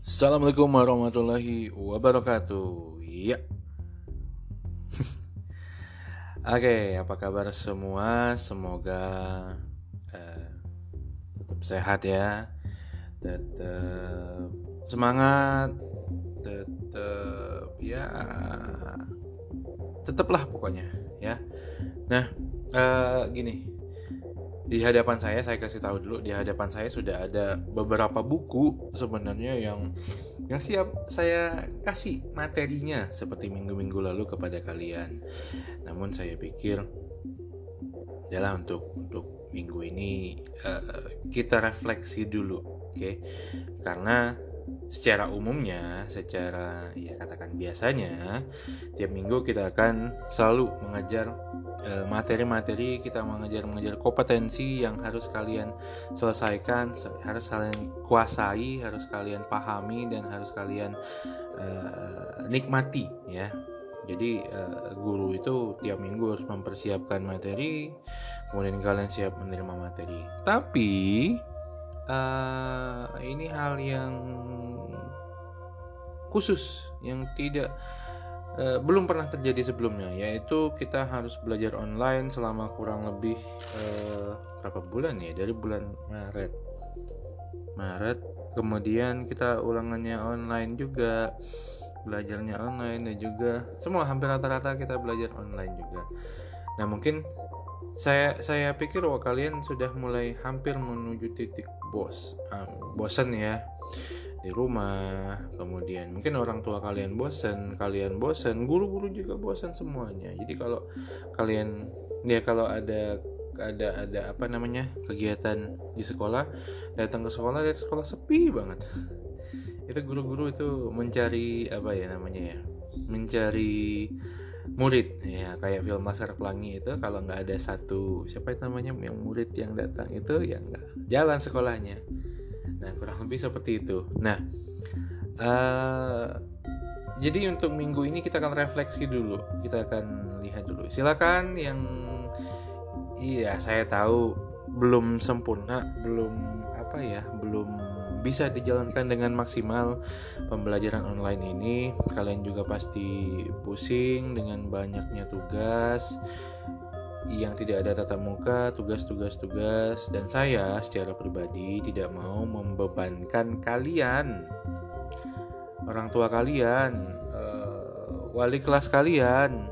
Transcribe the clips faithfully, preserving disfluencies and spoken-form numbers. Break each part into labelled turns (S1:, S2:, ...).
S1: Assalamualaikum warahmatullahi wabarakatuh. Iya. Oke, apa kabar semua? Semoga uh, tetap sehat ya, tetap semangat, tetap ya, tetaplah pokoknya ya. Nah, uh, gini. Di hadapan saya, saya kasih tahu dulu, di hadapan saya sudah ada beberapa buku sebenarnya yang yang siap saya kasih materinya seperti minggu-minggu lalu kepada kalian. Namun saya pikir adalah untuk untuk minggu ini uh, kita refleksi dulu, oke? Okay? Karena secara umumnya, secara ya katakan biasanya, tiap minggu kita akan selalu mengajar uh, materi-materi, kita mengajar mengajar kompetensi yang harus kalian selesaikan, harus kalian kuasai, harus kalian pahami dan harus kalian uh, nikmati ya. Jadi uh, guru itu tiap minggu harus mempersiapkan materi, kemudian kalian siap menerima materi. Tapi uh, ini hal yang khusus yang tidak uh, belum pernah terjadi sebelumnya, yaitu kita harus belajar online selama kurang lebih uh, berapa bulan ya, dari bulan Maret. Maret, kemudian kita ulangannya online juga. Belajarnya online dan juga semua hampir rata-rata kita belajar online juga. Nah mungkin saya saya pikir wah kalian sudah mulai hampir menuju titik bos um, bosan ya di rumah, kemudian mungkin orang tua kalian bosan, kalian bosan, guru-guru juga bosan semuanya. Jadi kalau kalian ya kalau ada ada ada apa namanya kegiatan di sekolah, datang ke sekolah dari sekolah sepi banget. Itu guru-guru itu mencari apa ya namanya ya, mencari murid ya, kayak film Laskar Pelangi itu kalau nggak ada satu siapa itu namanya yang murid yang datang itu ya nggak jalan sekolahnya. Nah kurang lebih seperti itu. Nah uh, jadi untuk minggu ini kita akan refleksi dulu, kita akan lihat dulu. Silakan yang iya saya tahu belum sempurna, belum apa ya, belum bisa dijalankan dengan maksimal pembelajaran online ini. Kalian juga pasti pusing dengan banyaknya tugas yang tidak ada tatap muka, tugas-tugas-tugas, dan saya secara pribadi tidak mau membebankan kalian, orang tua kalian, uh, wali kelas kalian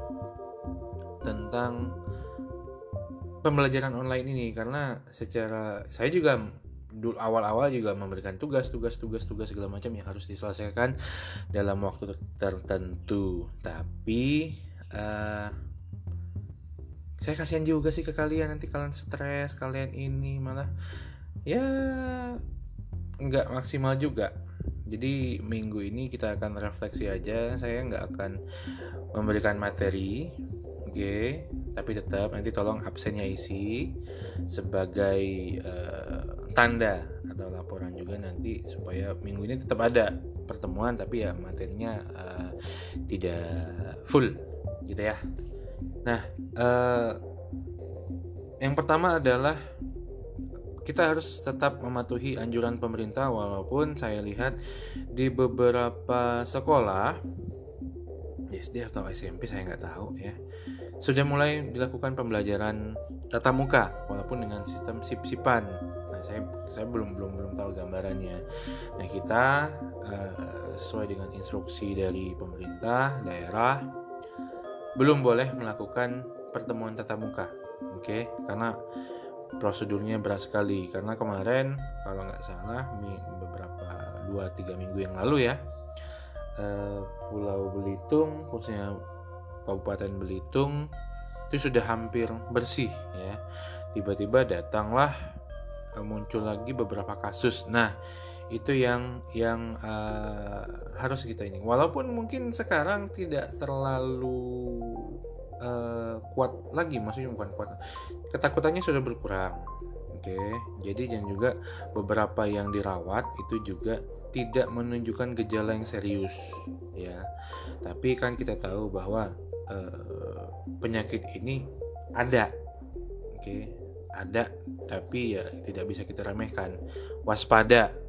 S1: tentang pembelajaran online ini, karena secara saya juga dulu awal-awal juga memberikan tugas-tugas tugas-tugas segala macam yang harus diselesaikan dalam waktu tertentu. Tapi uh, saya kasihan juga sih ke kalian, nanti kalian stres, kalian ini malah ya nggak maksimal juga. Jadi minggu ini kita akan refleksi aja. Saya nggak akan memberikan materi, oke? Okay? Tapi tetap nanti tolong absennya isi sebagai uh, tanda atau laporan juga nanti, supaya minggu ini tetap ada pertemuan tapi ya materinya uh, tidak full gitu ya. Nah uh, yang pertama adalah kita harus tetap mematuhi anjuran pemerintah, walaupun saya lihat di beberapa sekolah S D atau S M P saya nggak tahu ya, sudah mulai dilakukan pembelajaran tatap muka walaupun dengan sistem sip-sipan. Nah, saya saya belum belum belum tahu gambarannya. Nah, kita uh, sesuai dengan instruksi dari pemerintah daerah belum boleh melakukan pertemuan tatap muka. Oke, okay? Karena prosedurnya berat sekali. Karena kemarin kalau nggak salah beberapa dua tiga minggu yang lalu ya, uh, Pulau Belitung, khususnya Kabupaten Belitung itu sudah hampir bersih ya. Tiba-tiba datanglah muncul lagi beberapa kasus. Nah, itu yang yang uh, harus kita ini. Walaupun mungkin sekarang tidak terlalu uh, kuat lagi, maksudnya bukan kuat. Ketakutannya sudah berkurang. Oke. Okay? Jadi dan juga beberapa yang dirawat itu juga tidak menunjukkan gejala yang serius ya. Tapi kan kita tahu bahwa Uh, penyakit ini ada, oke, okay? Ada, tapi ya tidak bisa kita remehkan. Waspada,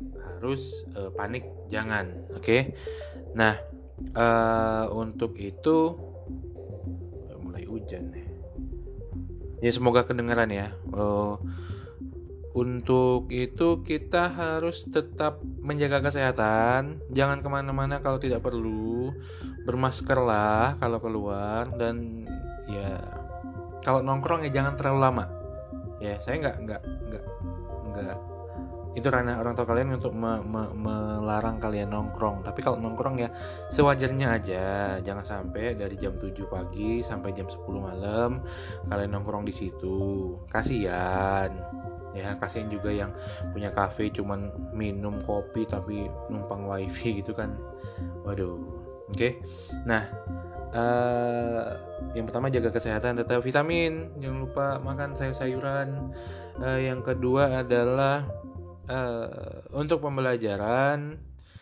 S1: harus uh, panik, jangan. Oke. Okay? Nah, uh, untuk itu mulai hujan nih. Ya semoga kedengaran ya. Uh, untuk itu kita harus tetap menjaga kesehatan, jangan kemana-mana kalau tidak perlu, bermaskerlah kalau keluar, dan ya kalau nongkrong ya jangan terlalu lama. Ya saya nggak nggak nggak nggak itu ranah orang tua kalian untuk me, me, melarang kalian nongkrong. Tapi kalau nongkrong ya sewajarnya aja, jangan sampai dari jam tujuh pagi sampai jam sepuluh malam kalian nongkrong di situ. Kasihan. Ya, kasihan juga yang punya kafe cuman minum kopi tapi numpang wifi gitu kan. Waduh. Oke. Okay? Nah, uh, yang pertama jaga kesehatan, tetap vitamin, jangan lupa makan sayur-sayuran. Uh, yang kedua adalah uh, untuk pembelajaran,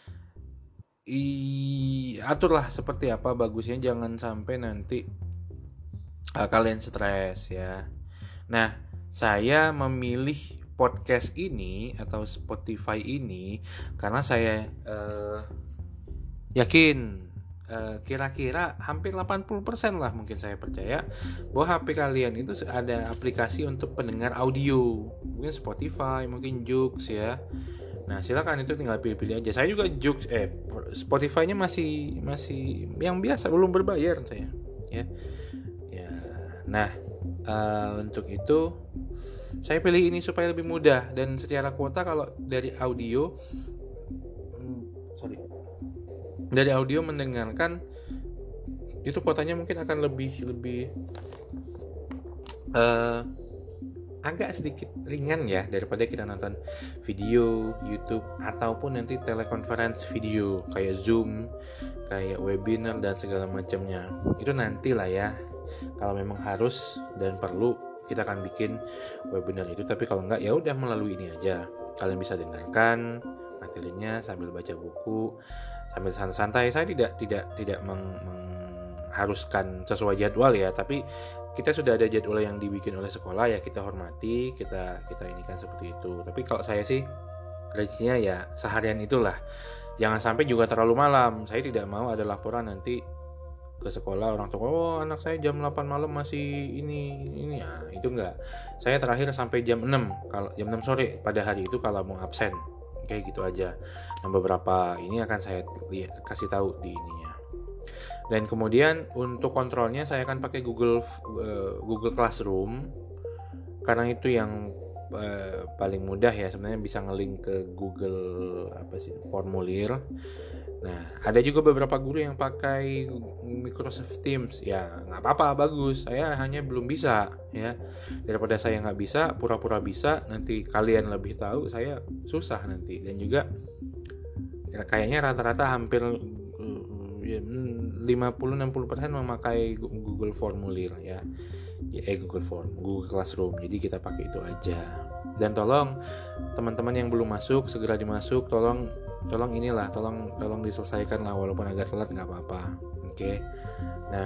S1: i, aturlah seperti apa bagusnya, jangan sampai nanti uh, kalian stres ya. Nah, saya memilih podcast ini atau Spotify ini karena saya uh, yakin uh, kira-kira hampir delapan puluh persen lah mungkin saya percaya bahwa H P kalian itu ada aplikasi untuk pendengar audio, mungkin Spotify, mungkin Joox ya. Nah silakan itu tinggal pilih-pilih aja. Saya juga Joox eh Spotify-nya masih masih yang biasa, belum berbayar saya ya. Ya. Nah uh, untuk itu saya pilih ini supaya lebih mudah, dan secara kuota kalau dari audio sorry dari audio mendengarkan itu kuotanya mungkin akan lebih lebih uh, agak sedikit ringan ya daripada kita nonton video YouTube ataupun nanti telekonferensi video kayak Zoom, kayak webinar dan segala macamnya. Itu nantilah ya, kalau memang harus dan perlu kita akan bikin webinar itu. Tapi kalau enggak ya udah melalui ini aja, kalian bisa dengarkan materinya sambil baca buku, sambil santai-santai. Saya tidak tidak tidak meng, mengharuskan sesuai jadwal ya, tapi kita sudah ada jadwal yang dibikin oleh sekolah ya, kita hormati, kita kita ini kan seperti itu. Tapi kalau saya sih rezekinya ya seharian itulah, jangan sampai juga terlalu malam. Saya tidak mau ada laporan nanti ke sekolah orang tua, oh anak saya jam delapan malam masih ini ini ya, itu enggak. Saya terakhir sampai jam enam, kalau jam enam sore pada hari itu kalau mau absen. Kayak gitu aja. Nah, beberapa ini akan saya lihat, kasih tahu di ininya. Dan kemudian untuk kontrolnya saya akan pakai Google uh, Google Classroom karena itu yang uh, paling mudah ya sebenarnya, bisa ngelink ke Google apa sih formulir. Nah, ada juga beberapa guru yang pakai Microsoft Teams. Ya, nggak apa-apa, bagus. Saya hanya belum bisa, ya. Daripada saya nggak bisa, pura-pura bisa, nanti kalian lebih tahu, saya susah nanti. Dan juga ya, kayaknya rata-rata hampir ya, lima puluh sampai enam puluh persen memakai Google Formulir, ya. Ya, eh Google Form, Google Classroom. Jadi kita pakai itu aja. Dan tolong teman-teman yang belum masuk segera dimasuk, tolong tolong inilah tolong tolong diselesaikan lah, walaupun agak telat nggak apa-apa. Oke. Okay? Nah,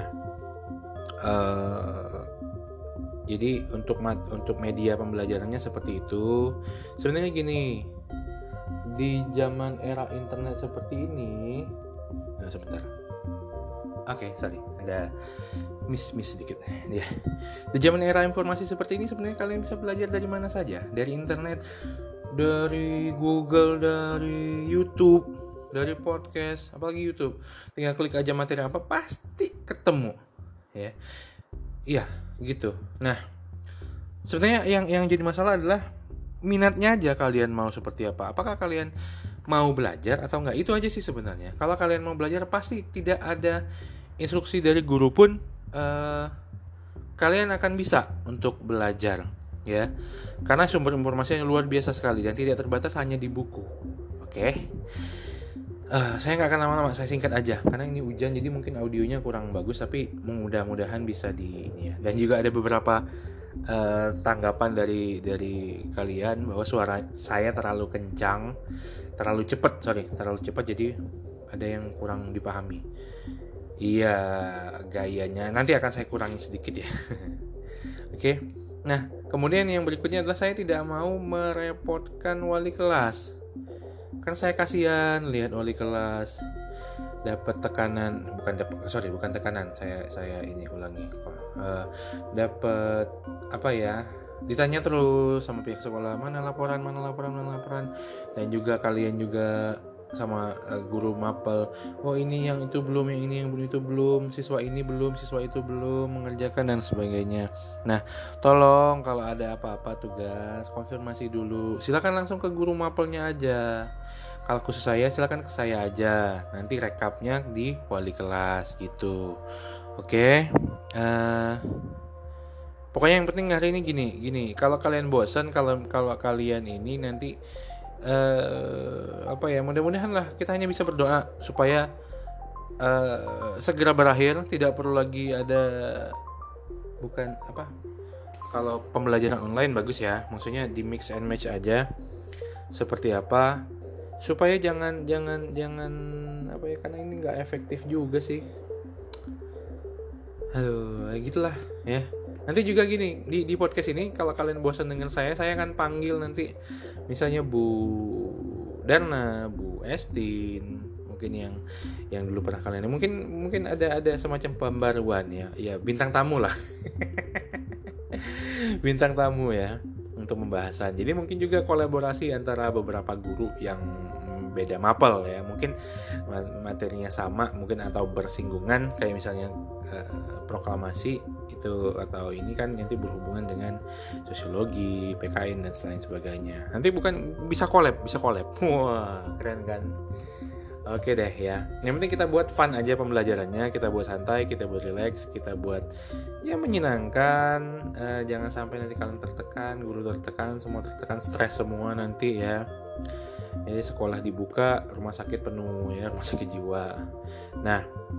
S1: uh, jadi untuk mat, untuk media pembelajarannya seperti itu. Sebenarnya gini, di zaman era internet seperti ini, nah sebentar. Oke, okay, sorry, ada miss miss sedikit. Ya, di zaman era informasi seperti ini sebenarnya kalian bisa belajar dari mana saja, dari internet, dari Google, dari YouTube, dari podcast, apalagi YouTube. Tinggal klik aja materi apa, pasti ketemu. Ya, iya, gitu. Nah, sebenarnya yang yang jadi masalah adalah minatnya aja, kalian mau seperti apa. Apakah kalian mau belajar atau enggak? Itu aja sih sebenarnya. Kalau kalian mau belajar, pasti tidak ada instruksi dari guru pun uh, kalian akan bisa untuk belajar, ya, karena sumber informasi yang luar biasa sekali dan tidak terbatas hanya di buku. Oke, okay? uh, saya nggak akan lama-lama, saya singkat aja karena ini hujan jadi mungkin audionya kurang bagus, tapi mudah-mudahan bisa di ini ya. Dan juga ada beberapa uh, tanggapan dari dari kalian bahwa suara saya terlalu kencang, terlalu cepat, sorry, terlalu cepat, jadi ada yang kurang dipahami. Iya, gayanya nanti akan saya kurangi sedikit ya. Oke. Okay. Nah, kemudian yang berikutnya adalah saya tidak mau merepotkan wali kelas. kan saya kasihan lihat wali kelas dapat tekanan, bukan dapat sorry bukan tekanan saya saya ini ulangi uh, dapat apa ya, ditanya terus sama pihak sekolah, mana laporan mana laporan mana laporan, dan juga kalian juga sama uh, guru mapel, oh ini yang itu belum, yang ini yang belum itu belum, siswa ini belum, siswa itu belum mengerjakan dan sebagainya. Nah, tolong kalau ada apa-apa tugas konfirmasi dulu, silakan langsung ke guru mapelnya aja. Kalau khusus saya silakan ke saya aja, nanti rekapnya di wali kelas gitu. Oke, uh, pokoknya yang penting hari ini gini gini kalau kalian bosan, kalau kalau kalian ini nanti Uh, apa ya, mudah-mudahan lah kita hanya bisa berdoa supaya uh, segera berakhir, tidak perlu lagi ada, bukan apa, kalau pembelajaran online bagus ya, maksudnya di mix and match aja seperti apa, supaya jangan jangan jangan apa ya, karena ini nggak efektif juga sih. Aduh, gitulah ya. Nanti juga gini, di di podcast ini kalau kalian bosan dengan saya, saya akan panggil nanti misalnya Bu Darna, Bu Estin, mungkin yang yang dulu pernah kalian, mungkin mungkin ada ada semacam pembaruan ya, ya bintang tamu lah. Bintang tamu ya untuk pembahasan. Jadi mungkin juga kolaborasi antara beberapa guru yang beda mapel ya, mungkin materinya sama mungkin atau bersinggungan, kayak misalnya uh, proklamasi itu atau ini kan nanti berhubungan dengan sosiologi, P K N dan lain sebagainya. Nanti bukan bisa collab, bisa collab. Wah, keren kan? Oke deh ya. Yang penting kita buat fun aja pembelajarannya, kita buat santai, kita buat relax, kita buat ya menyenangkan. Uh, jangan sampai nanti kalian tertekan, guru tertekan, semua tertekan, stres semua nanti ya. Jadi sekolah dibuka, rumah sakit penuh ya, rumah sakit jiwa. Nah,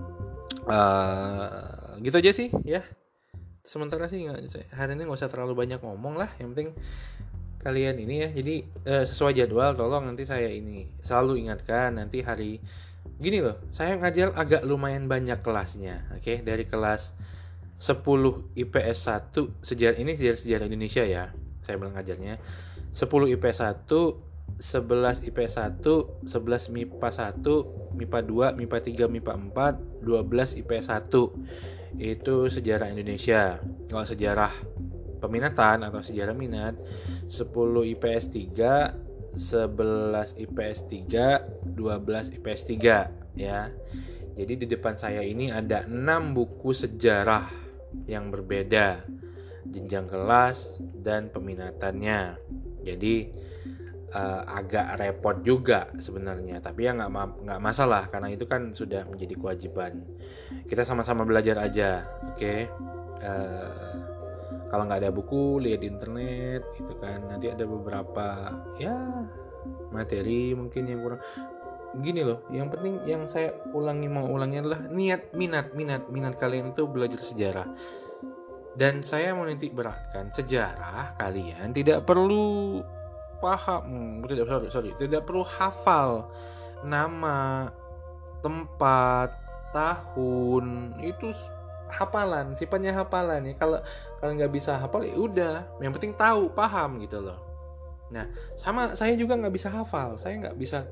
S1: uh, gitu aja sih ya. Sementara sih nggak, hari ini nggak usah terlalu banyak ngomong lah. Yang penting kalian ini ya. Jadi uh, sesuai jadwal, tolong nanti saya ini selalu ingatkan nanti hari gini loh. Saya ngajar agak lumayan banyak kelasnya, oke? Okay? Dari kelas sepuluh I P S satu sejarah, ini sejarah sejarah Indonesia ya. Saya bilang ngajarnya sepuluh I P S satu, sebelas I P S satu, sebelas M I P A satu, M I P A dua, M I P A tiga, M I P A empat, dua belas I P S satu. Itu sejarah Indonesia. Kalau sejarah peminatan atau sejarah minat, sepuluh I P S tiga, sebelas I P S tiga, dua belas I P S tiga ya. Jadi di depan saya ini ada enam buku sejarah yang berbeda, jenjang kelas dan peminatannya. Jadi Uh, agak repot juga sebenarnya, tapi ya nggak ma- nggak masalah karena itu kan sudah menjadi kewajiban. Kita sama-sama belajar aja, oke? Okay? Uh, kalau nggak ada buku, lihat di internet, itu kan nanti ada beberapa ya materi mungkin yang kurang. Gini loh, yang penting yang saya ulangi mau ulangi adalah niat, minat, minat, minat kalian itu belajar sejarah. Dan saya mau nitik beratkan, sejarah kalian tidak perlu paham, tidak sorry, sorry, tidak perlu hafal nama, tempat, tahun, itu hafalan, sifatnya hafalan ya. Kalau kalian nggak bisa hafal ya udah, yang penting tahu, paham gitu loh. Nah, sama saya juga nggak bisa hafal, saya nggak bisa,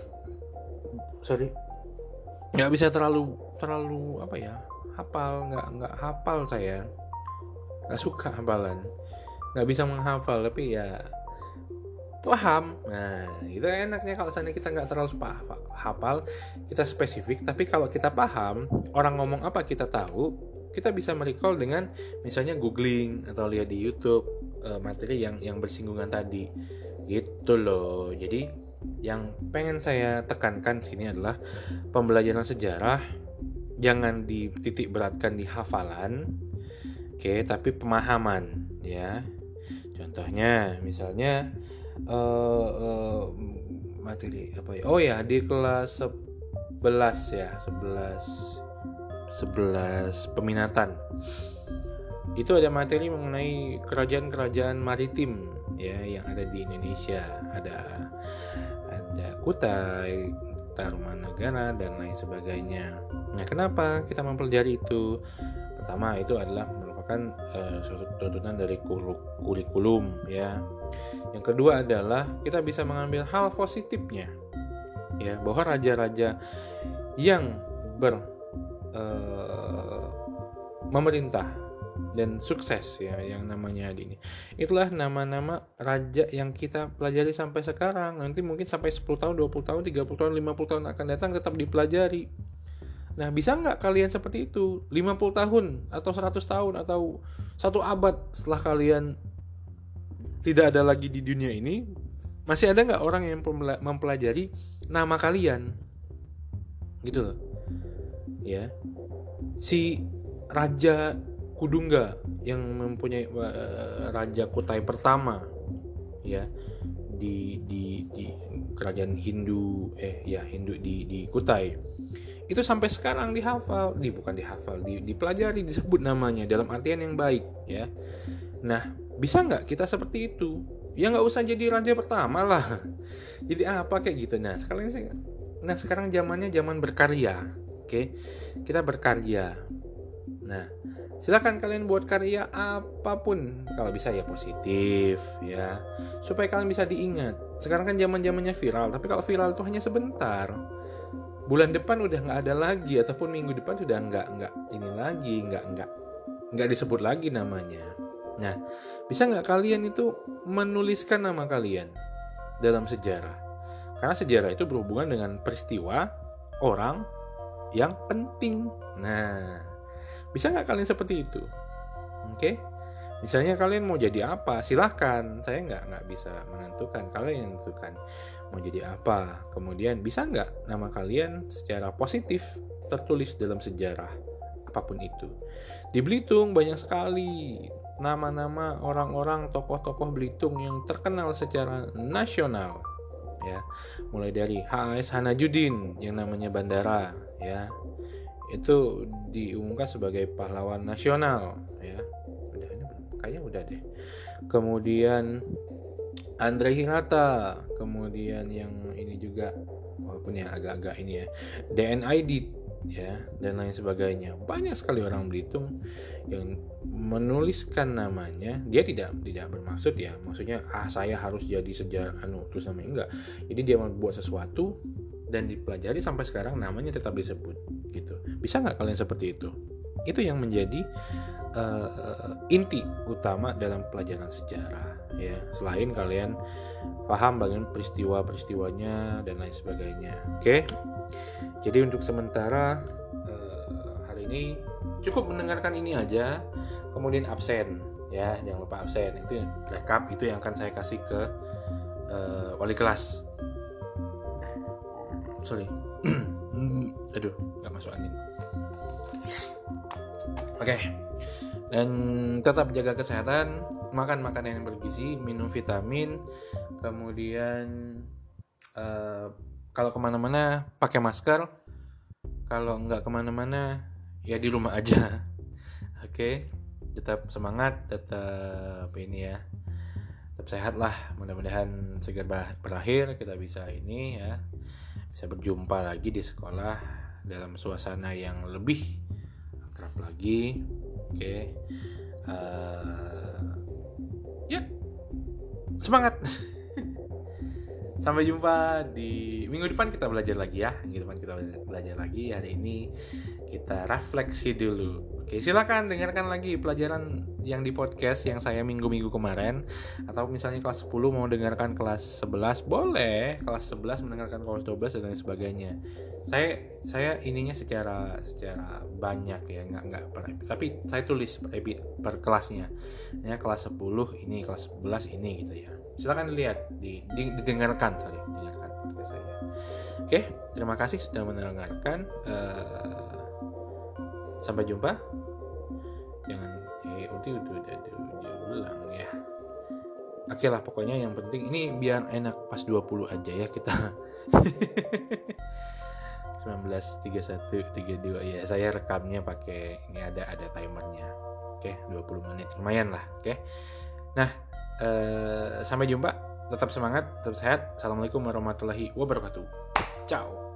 S1: sorry, nggak bisa terlalu terlalu apa ya, hafal, nggak nggak hafal saya, nggak suka hafalan, nggak bisa menghafal, tapi ya paham. Nah, itu enaknya kalau misalnya kita nggak terlalu hafal, kita spesifik, tapi kalau kita paham, orang ngomong apa kita tahu, kita bisa merecall dengan misalnya googling atau lihat di YouTube uh, materi yang yang bersinggungan tadi, gitu loh. Jadi yang pengen saya tekankan sini adalah pembelajaran sejarah jangan dititik beratkan di hafalan, oke, okay, tapi pemahaman ya. Contohnya misalnya Uh, uh, materi apa ya? Oh ya, di kelas sebelas ya, sebelas sebelas peminatan. Itu ada materi mengenai kerajaan-kerajaan maritim ya yang ada di Indonesia. Ada ada Kutai, Tarumanagara dan lain sebagainya. Nah, kenapa kita mempelajari itu? Pertama, itu adalah merupakan uh, suatu tuntutan dari kurikulum ya. Yang kedua adalah kita bisa mengambil hal positifnya ya, bahwa raja-raja yang ber uh, memerintah dan sukses ya yang namanya hari ini, itulah nama-nama raja yang kita pelajari sampai sekarang. Nanti mungkin sampai sepuluh tahun, dua puluh tahun, tiga puluh tahun, lima puluh tahun akan datang tetap dipelajari. Nah, bisa nggak kalian seperti itu lima puluh tahun atau seratus tahun atau satu abad setelah kalian tidak ada lagi di dunia ini, masih ada nggak orang yang mempelajari nama kalian? Gitu loh. Ya. Si Raja Kudungga yang mempunyai uh, Raja Kutai pertama ya di di di kerajaan Hindu eh ya Hindu di di Kutai. Itu sampai sekarang dihafal, di bukan dihafal, di, dipelajari, disebut namanya dalam artian yang baik ya. Nah, bisa nggak kita seperti itu? Ya nggak usah jadi raja pertama lah. Jadi apa kayak gitu. Nah, sekarang sih, nah sekarang zamannya zaman berkarya, oke? Kita berkarya. Nah, silakan kalian buat karya apapun, kalau bisa ya positif ya, supaya kalian bisa diingat. Sekarang kan zaman-zamannya viral, tapi kalau viral itu hanya sebentar. Bulan depan udah nggak ada lagi, ataupun minggu depan sudah nggak nggak ini lagi, nggak nggak nggak disebut lagi namanya. Nah, bisa nggak kalian itu menuliskan nama kalian dalam sejarah? Karena sejarah itu berhubungan dengan peristiwa orang yang penting. Nah, bisa nggak kalian seperti itu? Oke, okay? Misalnya kalian mau jadi apa, silahkan. Saya nggak nggak bisa menentukan, kalian yang menentukan mau jadi apa. Kemudian bisa nggak nama kalian secara positif tertulis dalam sejarah apapun itu. Di Belitung banyak sekali nama-nama orang-orang tokoh-tokoh Belitung yang terkenal secara nasional. Ya, mulai dari H A S Hanajudin yang namanya Bandara, ya. Itu diumumkan sebagai pahlawan nasional ya. Udah ini belum? Kayaknya udah deh. Kemudian Andre Hirata, kemudian yang ini juga walaupun yang agak-agak ini ya, D N I D ya dan lain sebagainya. Banyak sekali orang Belitung yang menuliskan namanya. Dia tidak tidak bermaksud ya, maksudnya ah saya harus jadi sejarah anu terus namanya enggak. Jadi dia membuat sesuatu dan dipelajari sampai sekarang namanya tetap disebut gitu. Bisa nggak kalian seperti itu? Itu yang menjadi uh, inti utama dalam pelajaran sejarah ya. Selain kalian paham bagaimana peristiwa-peristiwanya dan lain sebagainya. Oke. Jadi untuk sementara uh, hari ini cukup mendengarkan ini aja. Kemudian absen ya, jangan lupa absen. Itu rekap itu yang akan saya kasih ke uh, wali kelas. Sorry, aduh, nggak masuk angin. Oke, okay. Dan tetap jaga kesehatan, makan makanan yang bergizi, minum vitamin, kemudian uh, kalau kemana-mana pakai masker, kalau nggak kemana-mana ya di rumah aja. Oke, okay. Tetap semangat, tetap ini ya, tetap sehat lah. Mudah-mudahan segera berakhir, kita bisa ini ya. Bisa berjumpa lagi di sekolah dalam suasana yang lebih akrab lagi. Oke, okay. uh, ya semangat. Sampai jumpa di minggu depan, kita belajar lagi ya. Minggu depan kita belajar lagi. Hari ini kita refleksi dulu. Oke, silakan dengarkan lagi pelajaran yang di podcast yang saya minggu-minggu kemarin. Atau misalnya kelas sepuluh mau dengarkan kelas sebelas, boleh. Kelas sebelas mendengarkan kelas dua belas dan lain sebagainya. Saya saya ininya secara secara banyak ya, nggak nggak per episode. Tapi saya tulis per, per kelasnya. Ya, kelas sepuluh ini, kelas sebelas ini gitu ya. Silakan dilihat, di, di, didengarkan, sorry, dengarkan podcast saya. Oke, terima kasih sudah mendengarkan. Uh, sampai jumpa. Jangan, eh, udah udah udah udah ulang ya. Oke lah, pokoknya yang penting ini biar enak pas dua puluh aja ya kita. sembilan belas, tiga puluh satu, tiga puluh dua ya. Saya rekamnya pakai ini, ada ada timernya. Oke, dua puluh menit lumayan lah. Oke. Nah, Uh, sampai jumpa, tetap semangat, tetap sehat. Assalamualaikum warahmatullahi wabarakatuh. Ciao.